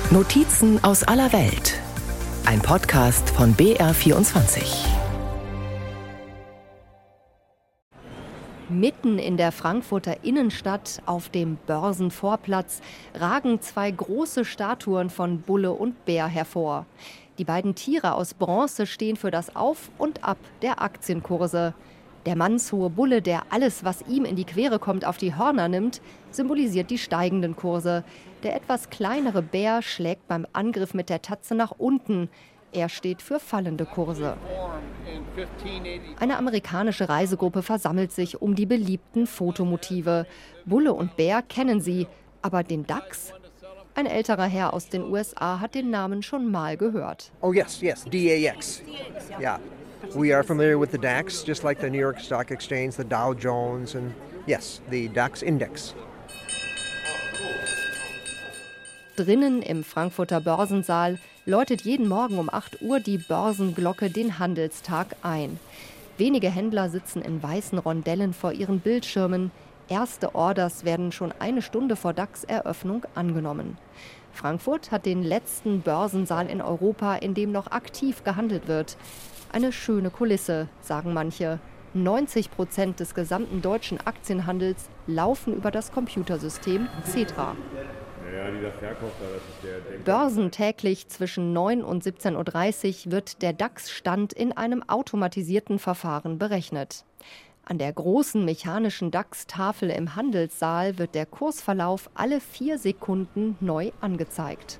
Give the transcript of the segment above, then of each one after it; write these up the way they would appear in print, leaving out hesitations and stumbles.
Notizen aus aller Welt. Ein Podcast von BR24. Mitten in der Frankfurter Innenstadt auf dem Börsenvorplatz ragen zwei große Statuen von Bulle und Bär hervor. Die beiden Tiere aus Bronze stehen für das Auf und Ab der Aktienkurse. Der mannshohe Bulle, der alles, was ihm in die Quere kommt, auf die Hörner nimmt, symbolisiert die steigenden Kurse. Der etwas kleinere Bär schlägt beim Angriff mit der Tatze nach unten. Er steht für fallende Kurse. Eine amerikanische Reisegruppe versammelt sich um die beliebten Fotomotive. Bulle und Bär kennen sie, aber den DAX? Ein älterer Herr aus den USA hat den Namen schon mal gehört. Oh yes, DAX. Yeah. We are familiar with the DAX, just like the New York Stock Exchange, the Dow Jones, and yes, the DAX Index. Drinnen im Frankfurter Börsensaal läutet jeden Morgen um 8 Uhr die Börsenglocke den Handelstag ein. Wenige Händler sitzen in weißen Rondellen vor ihren Bildschirmen. Erste Orders werden schon eine Stunde vor DAX-Eröffnung angenommen. Frankfurt hat den letzten Börsensaal in Europa, in dem noch aktiv gehandelt wird. Eine schöne Kulisse, sagen manche. 90% des gesamten deutschen Aktienhandels laufen über das Computersystem Xetra. Börsentäglich zwischen 9 und 17.30 Uhr wird der DAX-Stand in einem automatisierten Verfahren berechnet. An der großen mechanischen DAX-Tafel im Handelssaal wird der Kursverlauf alle 4 Sekunden neu angezeigt.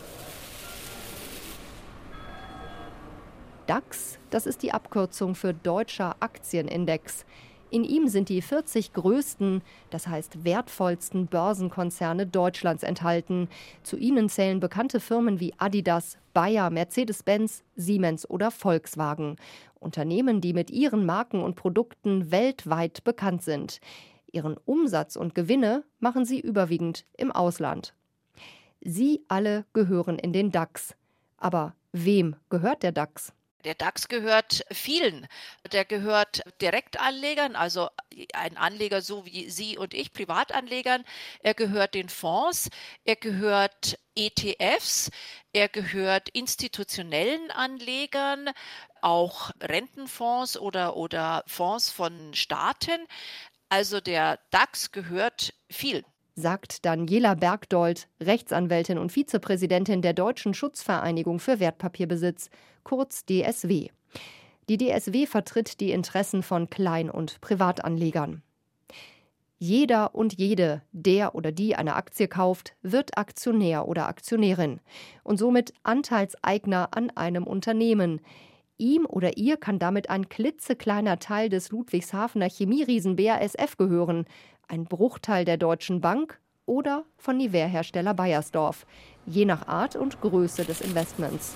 DAX, das ist die Abkürzung für Deutscher Aktienindex. In ihm sind die 40 größten, das heißt wertvollsten Börsenkonzerne Deutschlands enthalten. Zu ihnen zählen bekannte Firmen wie Adidas, Bayer, Mercedes-Benz, Siemens oder Volkswagen. Unternehmen, die mit ihren Marken und Produkten weltweit bekannt sind. Ihren Umsatz und Gewinne machen sie überwiegend im Ausland. Sie alle gehören in den DAX. Aber wem gehört der DAX? Der DAX gehört vielen. Der gehört Direktanlegern, also ein Anleger so wie Sie und ich, Privatanlegern. Er gehört den Fonds, er gehört ETFs, er gehört institutionellen Anlegern, auch Rentenfonds oder Fonds von Staaten. Also der DAX gehört vielen. Sagt Daniela Bergdold, Rechtsanwältin und Vizepräsidentin der Deutschen Schutzvereinigung für Wertpapierbesitz, kurz DSW. Die DSW vertritt die Interessen von Klein- und Privatanlegern. Jeder und jede, der oder die eine Aktie kauft, wird Aktionär oder Aktionärin und somit Anteilseigner an einem Unternehmen. Ihm oder ihr kann damit ein klitzekleiner Teil des Ludwigshafener Chemieriesen BASF gehören, ein Bruchteil der Deutschen Bank oder von Nivea-Hersteller Beiersdorf, je nach Art und Größe des Investments.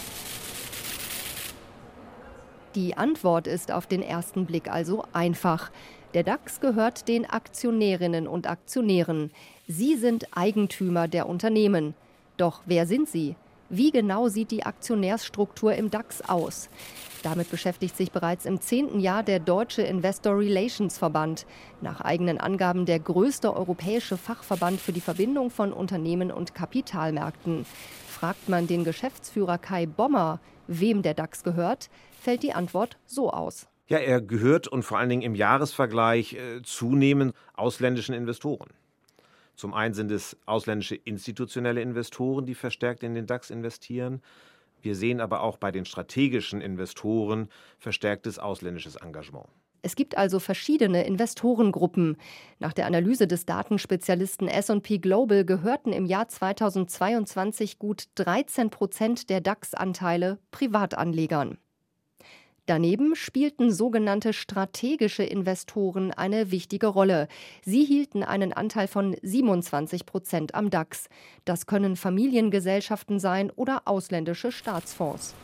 Die Antwort ist auf den ersten Blick also einfach. Der DAX gehört den Aktionärinnen und Aktionären. Sie sind Eigentümer der Unternehmen. Doch wer sind sie? Wie genau sieht die Aktionärsstruktur im DAX aus? Damit beschäftigt sich bereits im 10. Jahr der Deutsche Investor Relations Verband, nach eigenen Angaben der größte europäische Fachverband für die Verbindung von Unternehmen und Kapitalmärkten. Fragt man den Geschäftsführer Kai Bommer, wem der DAX gehört, fällt die Antwort so aus. Ja, er gehört und vor allen Dingen im Jahresvergleich zunehmend ausländischen Investoren. Zum einen sind es ausländische institutionelle Investoren, die verstärkt in den DAX investieren. Wir sehen aber auch bei den strategischen Investoren verstärktes ausländisches Engagement. Es gibt also verschiedene Investorengruppen. Nach der Analyse des Datenspezialisten S&P Global gehörten im Jahr 2022 gut 13% der DAX-Anteile Privatanlegern. Daneben spielten sogenannte strategische Investoren eine wichtige Rolle. Sie hielten einen Anteil von 27% am DAX. Das können Familiengesellschaften sein oder ausländische Staatsfonds.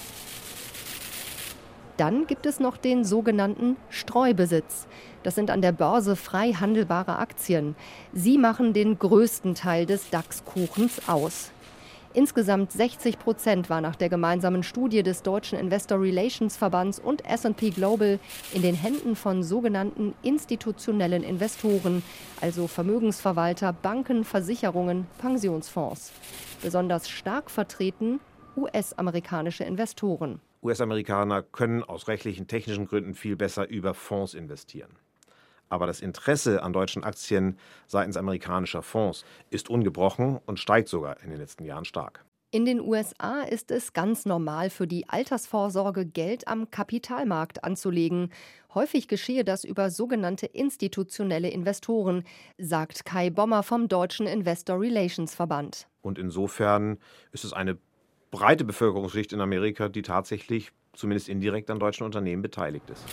Dann gibt es noch den sogenannten Streubesitz. Das sind an der Börse frei handelbare Aktien. Sie machen den größten Teil des DAX-Kuchens aus. Insgesamt 60% war nach der gemeinsamen Studie des Deutschen Investor Relations Verbands und S&P Global in den Händen von sogenannten institutionellen Investoren, also Vermögensverwalter, Banken, Versicherungen, Pensionsfonds. Besonders stark vertreten US-amerikanische Investoren. US-Amerikaner können aus rechtlichen, technischen Gründen viel besser über Fonds investieren. Aber das Interesse an deutschen Aktien seitens amerikanischer Fonds ist ungebrochen und steigt sogar in den letzten Jahren stark. In den USA ist es ganz normal für die Altersvorsorge, Geld am Kapitalmarkt anzulegen. Häufig geschehe das über sogenannte institutionelle Investoren, sagt Kai Bommer vom Deutschen Investor Relations Verband. Und insofern ist es eine breite Bevölkerungsschicht in Amerika, die tatsächlich zumindest indirekt an deutschen Unternehmen beteiligt ist.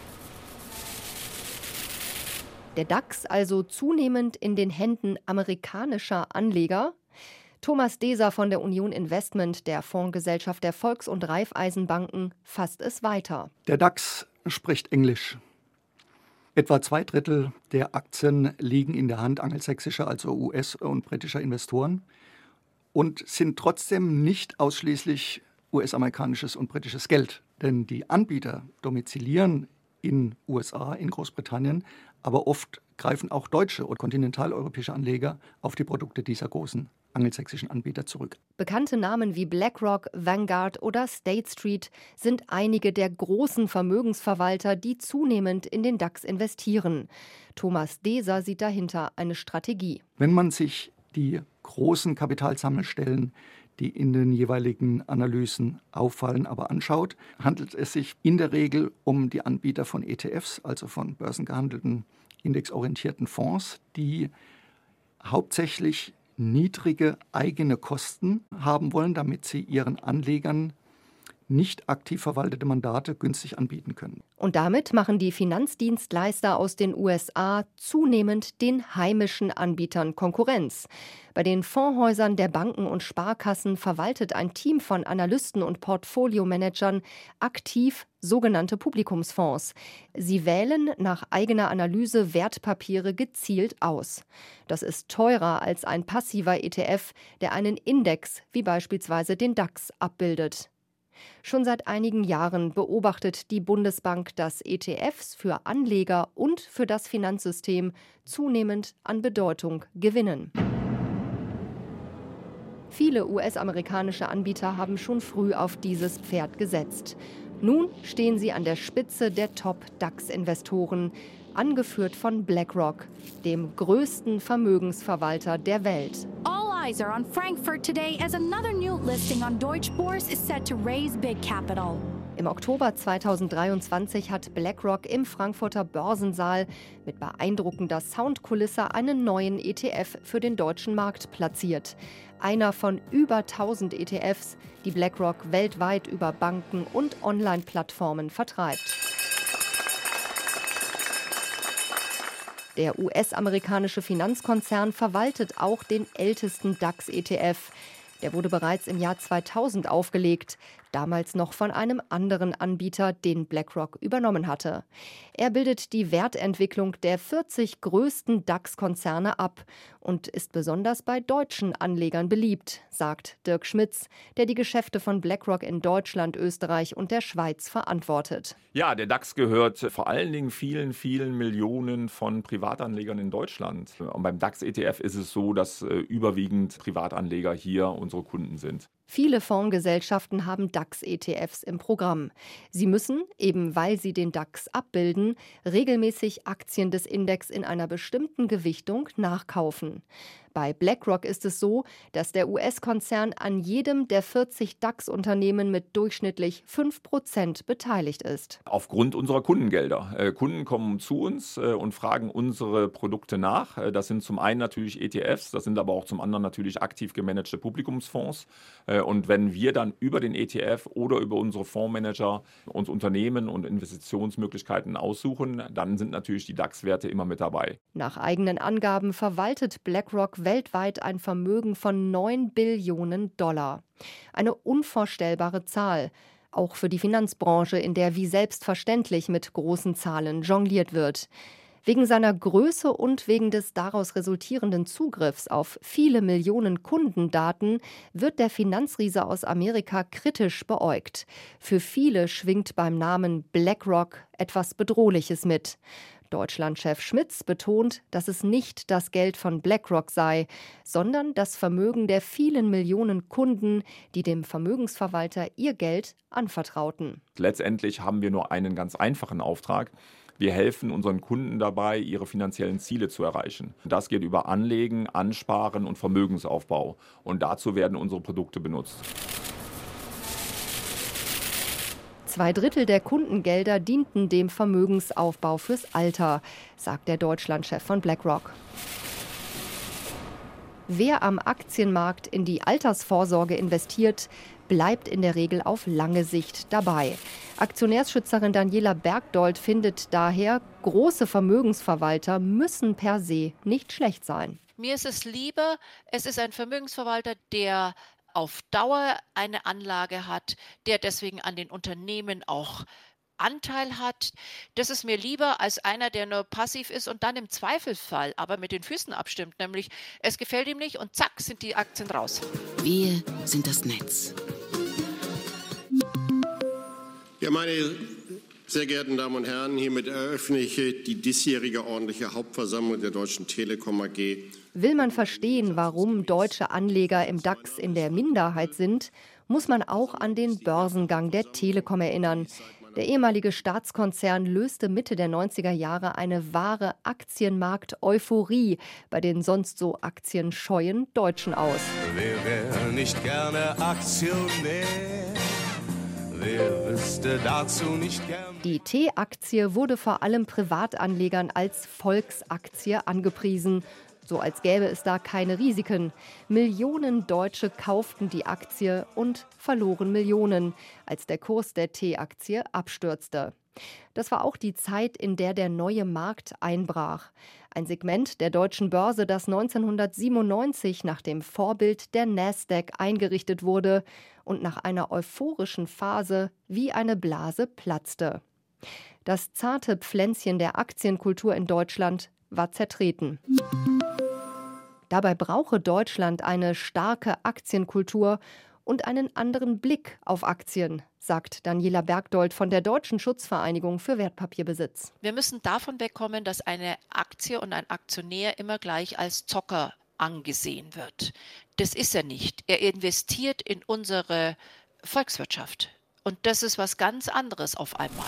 Der DAX also zunehmend in den Händen amerikanischer Anleger? Thomas Deser von der Union Investment, der Fondsgesellschaft der Volks- und Raiffeisenbanken, fasst es weiter. Der DAX spricht Englisch. Etwa 2/3 der Aktien liegen in der Hand angelsächsischer, also US- und britischer Investoren und sind trotzdem nicht ausschließlich US-amerikanisches und britisches Geld. Denn die Anbieter domizilieren in USA, in Großbritannien, aber oft greifen auch deutsche und kontinentaleuropäische Anleger auf die Produkte dieser großen angelsächsischen Anbieter zurück. Bekannte Namen wie BlackRock, Vanguard oder State Street sind einige der großen Vermögensverwalter, die zunehmend in den DAX investieren. Thomas Deser sieht dahinter eine Strategie. Wenn man sich die großen Kapitalsammelstellen, die in den jeweiligen Analysen auffallen, aber anschaut, handelt es sich in der Regel um die Anbieter von ETFs, also von börsengehandelten, indexorientierten Fonds, die hauptsächlich niedrige eigene Kosten haben wollen, damit sie ihren Anlegern nicht aktiv verwaltete Mandate günstig anbieten können. Und damit machen die Finanzdienstleister aus den USA zunehmend den heimischen Anbietern Konkurrenz. Bei den Fondshäusern der Banken und Sparkassen verwaltet ein Team von Analysten und Portfoliomanagern aktiv sogenannte Publikumsfonds. Sie wählen nach eigener Analyse Wertpapiere gezielt aus. Das ist teurer als ein passiver ETF, der einen Index wie beispielsweise den DAX abbildet. Schon seit einigen Jahren beobachtet die Bundesbank, dass ETFs für Anleger und für das Finanzsystem zunehmend an Bedeutung gewinnen. Viele US-amerikanische Anbieter haben schon früh auf dieses Pferd gesetzt. Nun stehen sie an der Spitze der Top-DAX-Investoren, angeführt von BlackRock, dem größten Vermögensverwalter der Welt. Eyes are on Frankfurt today as another new listing on Deutsche Börse is set to raise big capital. Im Oktober 2023 hat BlackRock im Frankfurter Börsensaal mit beeindruckender Soundkulisse einen neuen ETF für den deutschen Markt platziert. Einer von über 1000 ETFs, die BlackRock weltweit über Banken und Online-Plattformen vertreibt. Der US-amerikanische Finanzkonzern verwaltet auch den ältesten DAX-ETF. Der wurde bereits im Jahr 2000 aufgelegt, damals noch von einem anderen Anbieter, den BlackRock übernommen hatte. Er bildet die Wertentwicklung der 40 größten DAX-Konzerne ab und ist besonders bei deutschen Anlegern beliebt, sagt Dirk Schmitz, der die Geschäfte von BlackRock in Deutschland, Österreich und der Schweiz verantwortet. Ja, der DAX gehört vor allen Dingen vielen, vielen Millionen von Privatanlegern in Deutschland. Und beim DAX-ETF ist es so, dass überwiegend Privatanleger hier unsere Kunden sind. Viele Fondsgesellschaften haben DAX-ETFs im Programm. Sie müssen, eben weil sie den DAX abbilden, regelmäßig Aktien des Index in einer bestimmten Gewichtung nachkaufen. Bei BlackRock ist es so, dass der US-Konzern an jedem der 40 DAX-Unternehmen mit durchschnittlich 5% beteiligt ist. Aufgrund unserer Kundengelder. Kunden kommen zu uns und fragen unsere Produkte nach. Das sind zum einen natürlich ETFs, das sind aber auch zum anderen natürlich aktiv gemanagte Publikumsfonds. Und wenn wir dann über den ETF oder über unsere Fondsmanager uns Unternehmen und Investitionsmöglichkeiten aussuchen, dann sind natürlich die DAX-Werte immer mit dabei. Nach eigenen Angaben verwaltet BlackRock weltweit ein Vermögen von 9 Billionen $. Eine unvorstellbare Zahl, auch für die Finanzbranche, in der wie selbstverständlich mit großen Zahlen jongliert wird. Wegen seiner Größe und wegen des daraus resultierenden Zugriffs auf viele Millionen Kundendaten wird der Finanzriese aus Amerika kritisch beäugt. Für viele schwingt beim Namen BlackRock etwas Bedrohliches mit. Deutschlandchef Schmitz betont, dass es nicht das Geld von BlackRock sei, sondern das Vermögen der vielen Millionen Kunden, die dem Vermögensverwalter ihr Geld anvertrauten. Letztendlich haben wir nur einen ganz einfachen Auftrag. Wir helfen unseren Kunden dabei, ihre finanziellen Ziele zu erreichen. Das geht über Anlegen, Ansparen und Vermögensaufbau. Und dazu werden unsere Produkte benutzt. 2/3 der Kundengelder dienten dem Vermögensaufbau fürs Alter, sagt der Deutschlandchef von BlackRock. Wer am Aktienmarkt in die Altersvorsorge investiert, bleibt in der Regel auf lange Sicht dabei. Aktionärsschützerin Daniela Bergdold findet daher, große Vermögensverwalter müssen per se nicht schlecht sein. Mir ist es lieber, es ist ein Vermögensverwalter, der auf Dauer eine Anlage hat, der deswegen an den Unternehmen auch Anteil hat. Das ist mir lieber als einer, der nur passiv ist und dann im Zweifelsfall aber mit den Füßen abstimmt, nämlich es gefällt ihm nicht und zack sind die Aktien raus. Wir sind das Netz. Ja, meine sehr geehrten Damen und Herren, hiermit eröffne ich die diesjährige ordentliche Hauptversammlung der Deutschen Telekom AG. Will man verstehen, warum deutsche Anleger im DAX in der Minderheit sind, muss man auch an den Börsengang der Telekom erinnern. Der ehemalige Staatskonzern löste Mitte der 90er Jahre eine wahre Aktienmarkt-Euphorie bei den sonst so aktienscheuen Deutschen aus. Wer wäre nicht gerne Aktionär? Wer wüsste dazu nicht gern? Die T-Aktie wurde vor allem Privatanlegern als Volksaktie angepriesen. So als gäbe es da keine Risiken. Millionen Deutsche kauften die Aktie und verloren Millionen, als der Kurs der T-Aktie abstürzte. Das war auch die Zeit, in der der neue Markt einbrach. Ein Segment der deutschen Börse, das 1997 nach dem Vorbild der Nasdaq eingerichtet wurde und nach einer euphorischen Phase wie eine Blase platzte. Das zarte Pflänzchen der Aktienkultur in Deutschland war zertreten. Dabei brauche Deutschland eine starke Aktienkultur und einen anderen Blick auf Aktien, sagt Daniela Bergdold von der Deutschen Schutzvereinigung für Wertpapierbesitz. Wir müssen davon wegkommen, dass eine Aktie und ein Aktionär immer gleich als Zocker angesehen wird. Das ist er nicht. Er investiert in unsere Volkswirtschaft. Und das ist was ganz anderes auf einmal.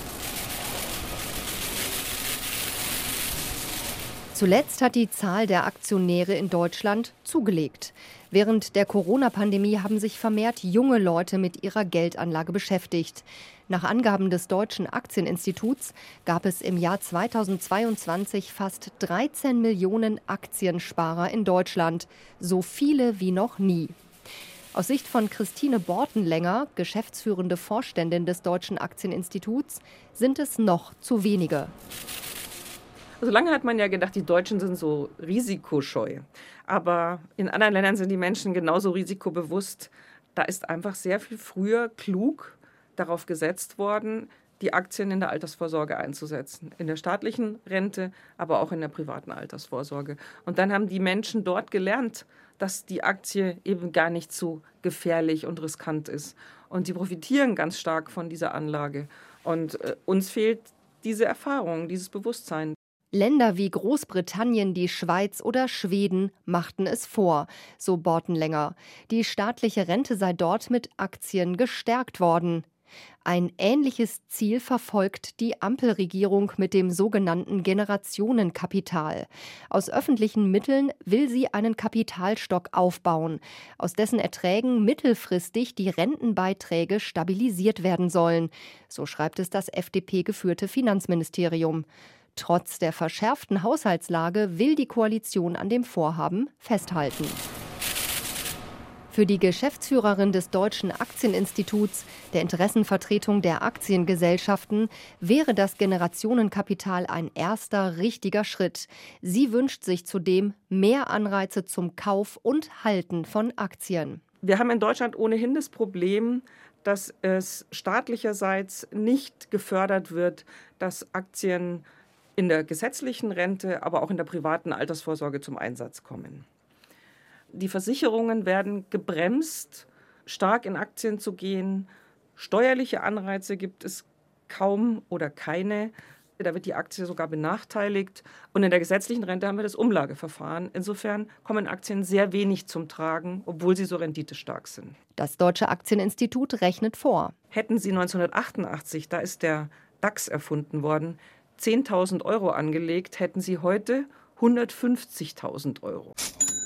Zuletzt hat die Zahl der Aktionäre in Deutschland zugelegt. Während der Corona-Pandemie haben sich vermehrt junge Leute mit ihrer Geldanlage beschäftigt. Nach Angaben des Deutschen Aktieninstituts gab es im Jahr 2022 fast 13 Millionen Aktiensparer in Deutschland, so viele wie noch nie. Aus Sicht von Christine Bortenlänger, geschäftsführende Vorständin des Deutschen Aktieninstituts, sind es noch zu wenige. Also lange hat man ja gedacht, die Deutschen sind so risikoscheu. Aber in anderen Ländern sind die Menschen genauso risikobewusst. Da ist einfach sehr viel früher klug darauf gesetzt worden, die Aktien in der Altersvorsorge einzusetzen. In der staatlichen Rente, aber auch in der privaten Altersvorsorge. Und dann haben die Menschen dort gelernt, dass die Aktie eben gar nicht so gefährlich und riskant ist. Und sie profitieren ganz stark von dieser Anlage. Und uns fehlt diese Erfahrung, dieses Bewusstsein. Länder wie Großbritannien, die Schweiz oder Schweden machten es vor, so Bortenlänger. Die staatliche Rente sei dort mit Aktien gestärkt worden. Ein ähnliches Ziel verfolgt die Ampelregierung mit dem sogenannten Generationenkapital. Aus öffentlichen Mitteln will sie einen Kapitalstock aufbauen, aus dessen Erträgen mittelfristig die Rentenbeiträge stabilisiert werden sollen. So schreibt es das FDP-geführte Finanzministerium. Trotz der verschärften Haushaltslage will die Koalition an dem Vorhaben festhalten. Für die Geschäftsführerin des Deutschen Aktieninstituts, der Interessenvertretung der Aktiengesellschaften, wäre das Generationenkapital ein erster richtiger Schritt. Sie wünscht sich zudem mehr Anreize zum Kauf und Halten von Aktien. Wir haben in Deutschland ohnehin das Problem, dass es staatlicherseits nicht gefördert wird, dass Aktien in der gesetzlichen Rente, aber auch in der privaten Altersvorsorge zum Einsatz kommen. Die Versicherungen werden gebremst, stark in Aktien zu gehen. Steuerliche Anreize gibt es kaum oder keine. Da wird die Aktie sogar benachteiligt. Und in der gesetzlichen Rente haben wir das Umlageverfahren. Insofern kommen Aktien sehr wenig zum Tragen, obwohl sie so renditestark sind. Das Deutsche Aktieninstitut rechnet vor. Hätten Sie 1988, da ist der DAX erfunden worden, 10.000 Euro angelegt, hätten Sie heute 150.000 Euro.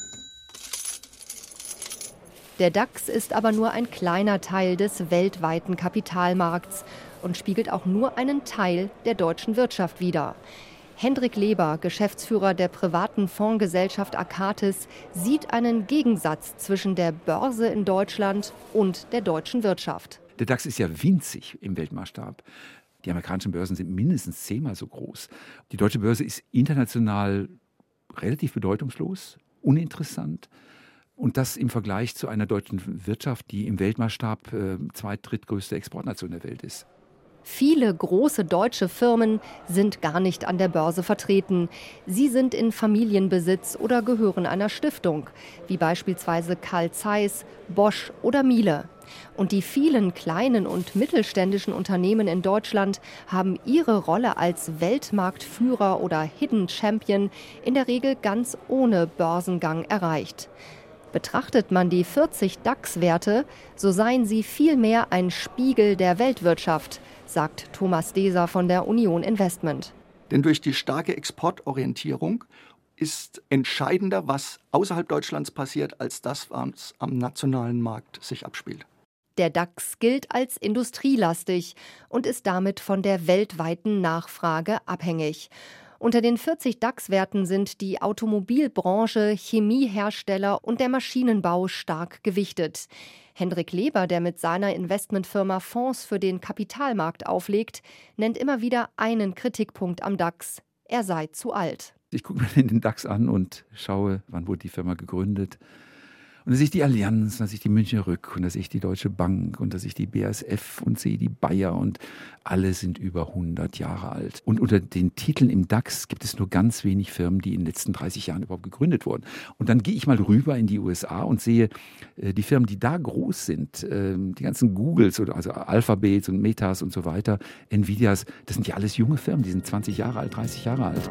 Der DAX ist aber nur ein kleiner Teil des weltweiten Kapitalmarkts und spiegelt auch nur einen Teil der deutschen Wirtschaft wider. Hendrik Leber, Geschäftsführer der privaten Fondsgesellschaft Akatis, sieht einen Gegensatz zwischen der Börse in Deutschland und der deutschen Wirtschaft. Der DAX ist ja winzig im Weltmaßstab. Die amerikanischen Börsen sind mindestens 10-mal so groß. Die deutsche Börse ist international relativ bedeutungslos, uninteressant. Und das im Vergleich zu einer deutschen Wirtschaft, die im Weltmaßstab zweitdrittgrößte Exportnation der Welt ist. Viele große deutsche Firmen sind gar nicht an der Börse vertreten. Sie sind in Familienbesitz oder gehören einer Stiftung, wie beispielsweise Carl Zeiss, Bosch oder Miele. Und die vielen kleinen und mittelständischen Unternehmen in Deutschland haben ihre Rolle als Weltmarktführer oder Hidden Champion in der Regel ganz ohne Börsengang erreicht. Betrachtet man die 40 DAX-Werte, so seien sie vielmehr ein Spiegel der Weltwirtschaft, sagt Thomas Deser von der Union Investment. Denn durch die starke Exportorientierung ist entscheidender, was außerhalb Deutschlands passiert, als das, was am nationalen Markt sich abspielt. Der DAX gilt als industrielastig und ist damit von der weltweiten Nachfrage abhängig. Unter den 40 DAX-Werten sind die Automobilbranche, Chemiehersteller und der Maschinenbau stark gewichtet. Hendrik Leber, der mit seiner Investmentfirma Fonds für den Kapitalmarkt auflegt, nennt immer wieder einen Kritikpunkt am DAX. Er sei zu alt. Ich gucke mir den DAX an und schaue, wann wurde die Firma gegründet. Und da sehe ich die Allianz, da sehe ich die Münchner Rück und da sehe ich die Deutsche Bank und da sehe ich die BASF und sehe die Bayer und alle sind über 100 Jahre alt. Und unter den Titeln im DAX gibt es nur ganz wenig Firmen, die in den letzten 30 Jahren überhaupt gegründet wurden. Und dann gehe ich mal rüber in die USA und sehe die Firmen, die da groß sind, die ganzen Googles, also Alphabets und Metas und so weiter, Nvidias, das sind ja alles junge Firmen, die sind 20 Jahre alt, 30 Jahre alt.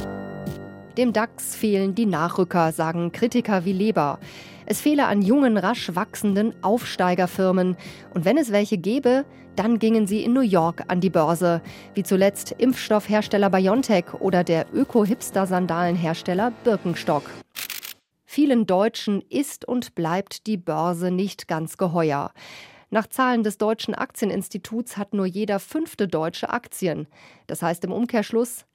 Dem DAX fehlen die Nachrücker, sagen Kritiker wie Leber. Es fehle an jungen, rasch wachsenden Aufsteigerfirmen. Und wenn es welche gäbe, dann gingen sie in New York an die Börse. Wie zuletzt Impfstoffhersteller BioNTech oder der Öko-Hipster-Sandalenhersteller Birkenstock. Vielen Deutschen ist und bleibt die Börse nicht ganz geheuer. Nach Zahlen des Deutschen Aktieninstituts hat nur jeder 5. Deutsche Aktien. Das heißt im Umkehrschluss,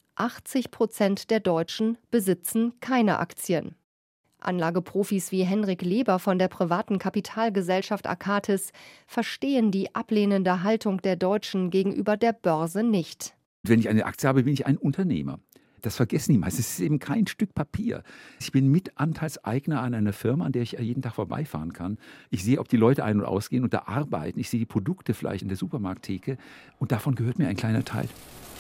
80% der Deutschen besitzen keine Aktien. Anlageprofis wie Hendrik Leber von der privaten Kapitalgesellschaft Akatis verstehen die ablehnende Haltung der Deutschen gegenüber der Börse nicht. Wenn ich eine Aktie habe, bin ich ein Unternehmer. Das vergessen die meisten. Es ist eben kein Stück Papier. Ich bin Mitanteilseigner an einer Firma, an der ich jeden Tag vorbeifahren kann. Ich sehe, ob die Leute ein- und ausgehen und da arbeiten. Ich sehe die Produkte vielleicht in der Supermarkttheke und davon gehört mir ein kleiner Teil.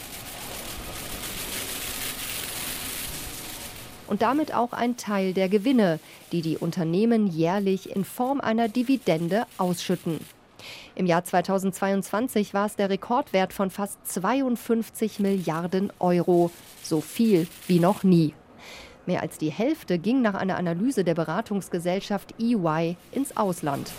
Und damit auch ein Teil der Gewinne, die die Unternehmen jährlich in Form einer Dividende ausschütten. Im Jahr 2022 war es der Rekordwert von fast 52 Milliarden Euro, so viel wie noch nie. Mehr als die Hälfte ging nach einer Analyse der Beratungsgesellschaft EY ins Ausland.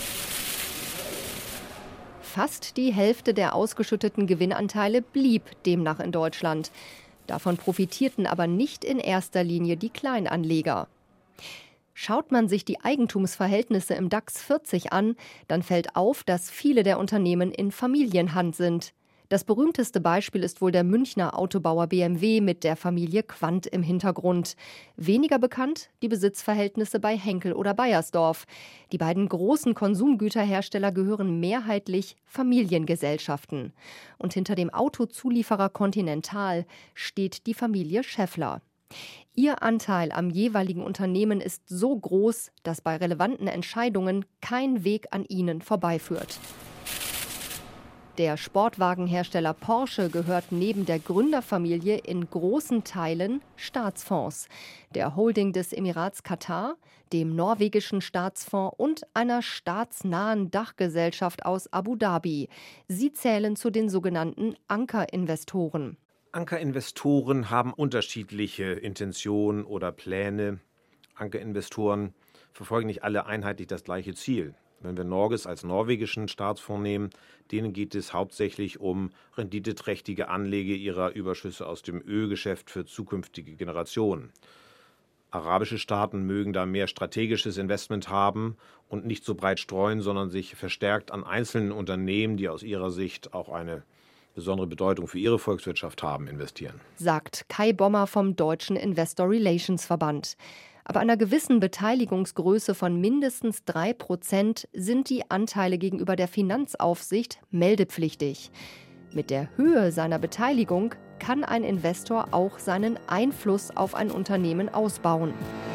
Fast die Hälfte der ausgeschütteten Gewinnanteile blieb demnach in Deutschland. Davon profitierten aber nicht in erster Linie die Kleinanleger. Schaut man sich die Eigentumsverhältnisse im DAX 40 an, dann fällt auf, dass viele der Unternehmen in Familienhand sind. Das berühmteste Beispiel ist wohl der Münchner Autobauer BMW mit der Familie Quandt im Hintergrund. Weniger bekannt die Besitzverhältnisse bei Henkel oder Beiersdorf. Die beiden großen Konsumgüterhersteller gehören mehrheitlich Familiengesellschaften. Und hinter dem Autozulieferer Continental steht die Familie Schaeffler. Ihr Anteil am jeweiligen Unternehmen ist so groß, dass bei relevanten Entscheidungen kein Weg an ihnen vorbeiführt. Der Sportwagenhersteller Porsche gehört neben der Gründerfamilie in großen Teilen Staatsfonds, der Holding des Emirats Katar, dem norwegischen Staatsfonds und einer staatsnahen Dachgesellschaft aus Abu Dhabi. Sie zählen zu den sogenannten Ankerinvestoren. Ankerinvestoren haben unterschiedliche Intentionen oder Pläne. Ankerinvestoren verfolgen nicht alle einheitlich das gleiche Ziel. Wenn wir Norges als norwegischen Staatsfonds nehmen, denen geht es hauptsächlich um renditeträchtige Anlege ihrer Überschüsse aus dem Ölgeschäft für zukünftige Generationen. Arabische Staaten mögen da mehr strategisches Investment haben und nicht so breit streuen, sondern sich verstärkt an einzelnen Unternehmen, die aus ihrer Sicht auch eine besondere Bedeutung für ihre Volkswirtschaft haben, investieren. Sagt Kai Bommer vom Deutschen Investor Relations Verband. Aber einer gewissen Beteiligungsgröße von mindestens 3% sind die Anteile gegenüber der Finanzaufsicht meldepflichtig. Mit der Höhe seiner Beteiligung kann ein Investor auch seinen Einfluss auf ein Unternehmen ausbauen.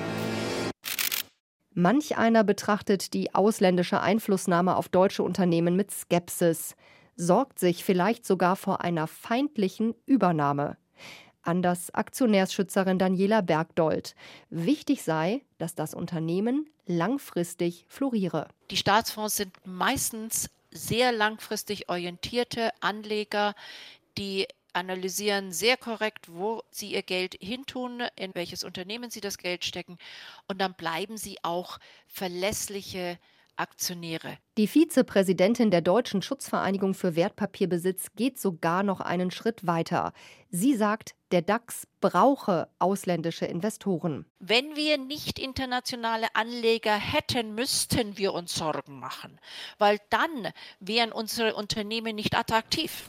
Manch einer betrachtet die ausländische Einflussnahme auf deutsche Unternehmen mit Skepsis, sorgt sich vielleicht sogar vor einer feindlichen Übernahme. Anders Aktionärsschützerin Daniela Bergdold. Wichtig sei, dass das Unternehmen langfristig floriere. Die Staatsfonds sind meistens sehr langfristig orientierte Anleger, die analysieren sehr korrekt, wo sie ihr Geld hintun, in welches Unternehmen sie das Geld stecken, und dann bleiben sie auch verlässliche Aktionäre. Die Vizepräsidentin der Deutschen Schutzvereinigung für Wertpapierbesitz geht sogar noch einen Schritt weiter. Sie sagt, der DAX brauche ausländische Investoren. Wenn wir nicht internationale Anleger hätten, müssten wir uns Sorgen machen, weil dann wären unsere Unternehmen nicht attraktiv.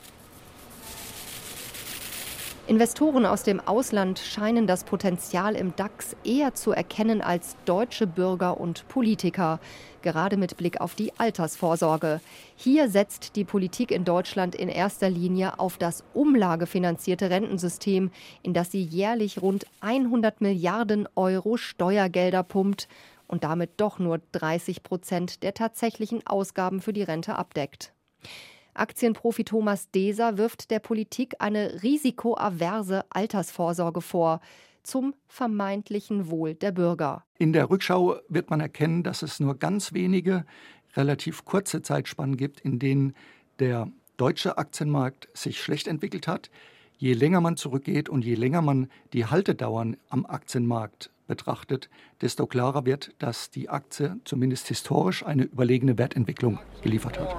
Investoren aus dem Ausland scheinen das Potenzial im DAX eher zu erkennen als deutsche Bürger und Politiker, gerade mit Blick auf die Altersvorsorge. Hier setzt die Politik in Deutschland in erster Linie auf das umlagefinanzierte Rentensystem, in das sie jährlich rund 100 Milliarden Euro Steuergelder pumpt und damit doch nur 30% der tatsächlichen Ausgaben für die Rente abdeckt. Aktienprofi Thomas Deser wirft der Politik eine risikoaverse Altersvorsorge vor, zum vermeintlichen Wohl der Bürger. In der Rückschau wird man erkennen, dass es nur ganz wenige, relativ kurze Zeitspannen gibt, in denen der deutsche Aktienmarkt sich schlecht entwickelt hat. Je länger man zurückgeht und je länger man die Haltedauern am Aktienmarkt betrachtet, desto klarer wird, dass die Aktie zumindest historisch eine überlegene Wertentwicklung geliefert hat.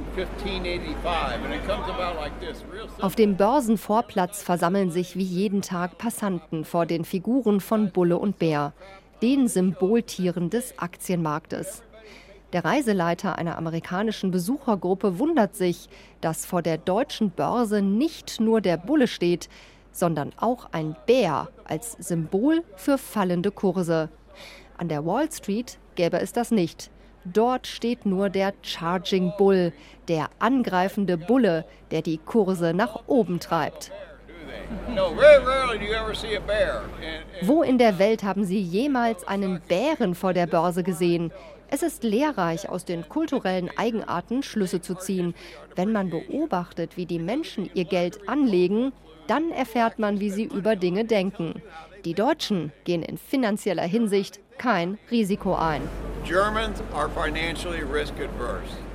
Auf dem Börsenvorplatz versammeln sich wie jeden Tag Passanten vor den Figuren von Bulle und Bär, den Symboltieren des Aktienmarktes. Der Reiseleiter einer amerikanischen Besuchergruppe wundert sich, dass vor der deutschen Börse nicht nur der Bulle steht, sondern auch ein Bär als Symbol für fallende Kurse. An der Wall Street gäbe es das nicht. Dort steht nur der Charging Bull, der angreifende Bulle, der die Kurse nach oben treibt. Wo in der Welt haben Sie jemals einen Bären vor der Börse gesehen? Es ist lehrreich, aus den kulturellen Eigenarten Schlüsse zu ziehen. Wenn man beobachtet, wie die Menschen ihr Geld anlegen, dann erfährt man, wie sie über Dinge denken. Die Deutschen gehen in finanzieller Hinsicht kein Risiko ein. Germans are financially risk adverse.